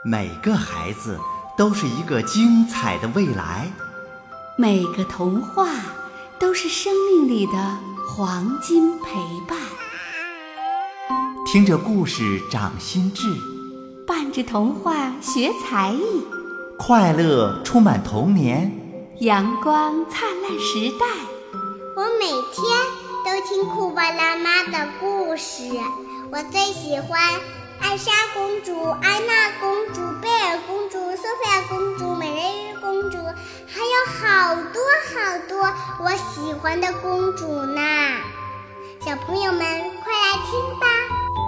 每个孩子都是一个精彩的未来， 每个童话都是生命里的黄金陪伴。 听着故事长心智， 伴着童话学才艺， 快乐充满童年， 阳光灿烂时代。 我每天都听酷爸辣妈的故事，我最喜欢艾莎公主、安娜公主、贝尔公主、索菲亚公主、美人鱼公主，还有好多好多我喜欢的公主呢。小朋友们快来听吧。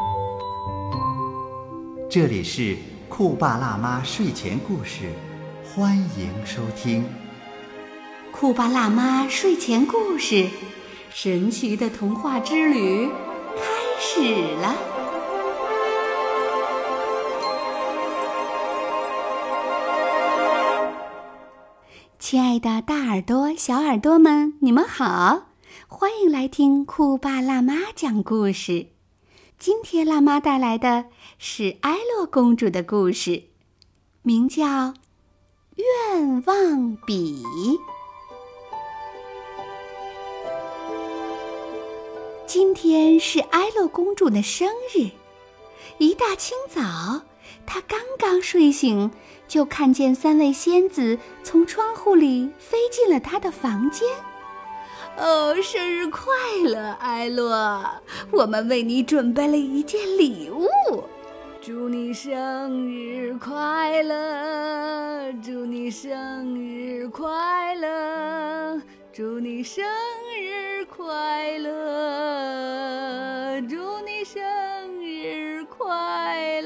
这里是酷爸辣妈睡前故事，欢迎收听。 酷爸辣妈睡前故事，神奇的童话之旅开始了。亲爱的大耳朵、小耳朵们，你们好，欢迎来听酷爸辣妈讲故事。今天辣妈带来的是埃洛公主的故事，名叫《愿望笔》。今天是埃洛公主的生日，一大清早，她刚刚睡醒，就看见三位仙子从窗户里飞进了她的房间。生日快乐，埃洛！我们为你准备了一件礼物。祝你生日快乐，祝你生日快乐，祝你生日快乐，祝你生日快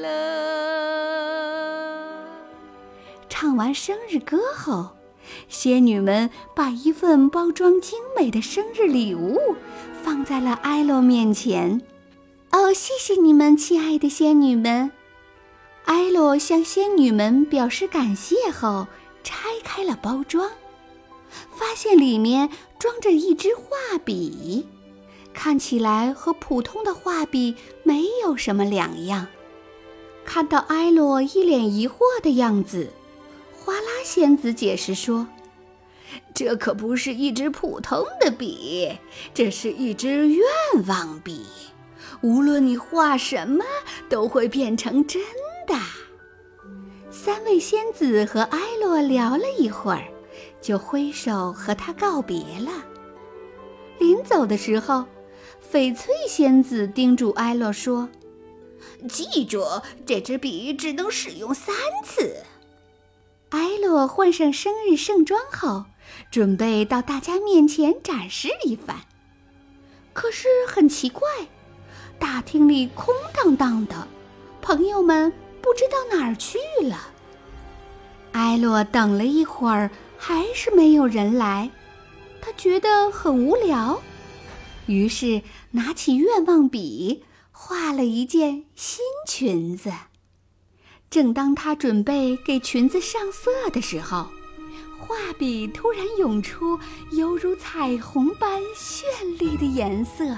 乐。唱完生日歌后，仙女们把一份包装精美的生日礼物放在了埃洛面前。谢谢你们，亲爱的仙女们。埃洛向仙女们表示感谢后，拆开了包装，发现里面装着一支画笔，看起来和普通的画笔没有什么两样。看到埃洛一脸疑惑的样子，花拉仙子解释说，这可不是一支普通的笔，这是一支愿望笔，无论你画什么都会变成真的。三位仙子和埃洛聊了一会儿，就挥手和他告别了。临走的时候，翡翠仙子叮嘱埃洛说，记住，这支笔只能使用3次。埃洛换上生日盛装后，准备到大家面前展示一番。可是很奇怪，大厅里空荡荡的，朋友们不知道哪儿去了。埃洛等了一会儿，还是没有人来，他觉得很无聊，于是拿起愿望笔，画了一件新裙子。正当他准备给裙子上色的时候，画笔突然涌出犹如彩虹般绚丽的颜色。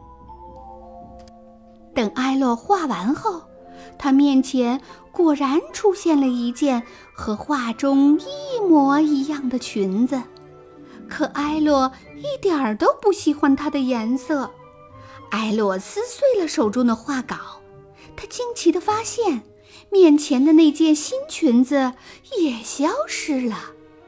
等埃洛画完后，他面前果然出现了一件和画中一模一样的裙子，可埃洛一点儿都不喜欢它的颜色。埃洛撕碎了手中的画稿，他惊奇地发现面前的那件新裙子也消失了。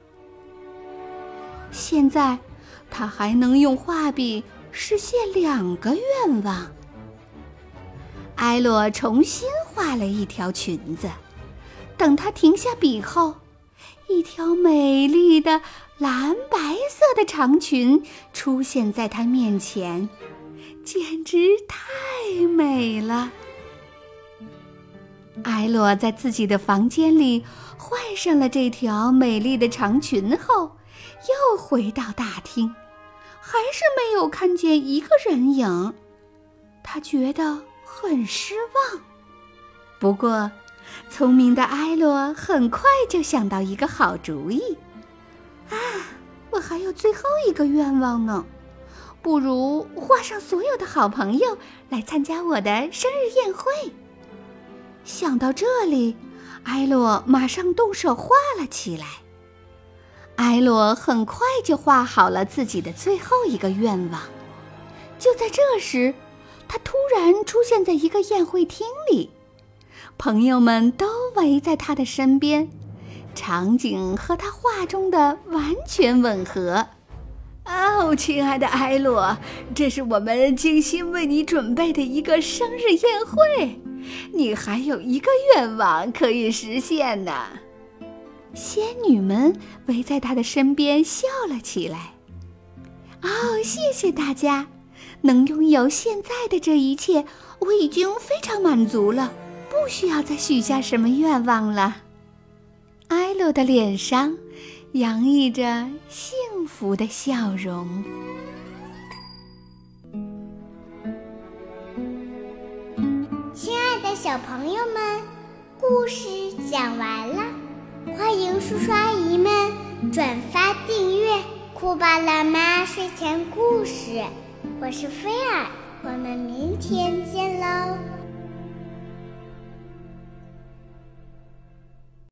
现在他还能用画笔实现2个愿望。埃洛重新画了一条裙子，等他停下笔后，一条美丽的蓝白色的长裙出现在他面前，简直太美了。埃洛在自己的房间里换上了这条美丽的长裙后，又回到大厅，还是没有看见一个人影。他觉得很失望。不过，聪明的埃洛很快就想到一个好主意。我还有最后一个愿望呢，不如画上所有的好朋友来参加我的生日宴会。想到这里， 埃洛马上动手画了起来。埃洛很快就画好了自己的最后一个愿望。就在这时，他突然出现在一个宴会厅里，朋友们都围在他的身边，场景和他画中的完全吻合。哦，亲爱的埃洛，这是我们精心为你准备的一个生日宴会，你还有一个愿望可以实现呢。仙女们围在他的身边笑了起来。哦，谢谢大家，能拥有现在的这一切，我已经非常满足了，不需要再许下什么愿望了。埃洛的脸上洋溢着幸福的笑容。 亲爱的小朋友们，故事讲完了，欢迎叔叔阿姨们转发订阅酷爸辣妈睡前故事。我是菲儿，我们明天见喽。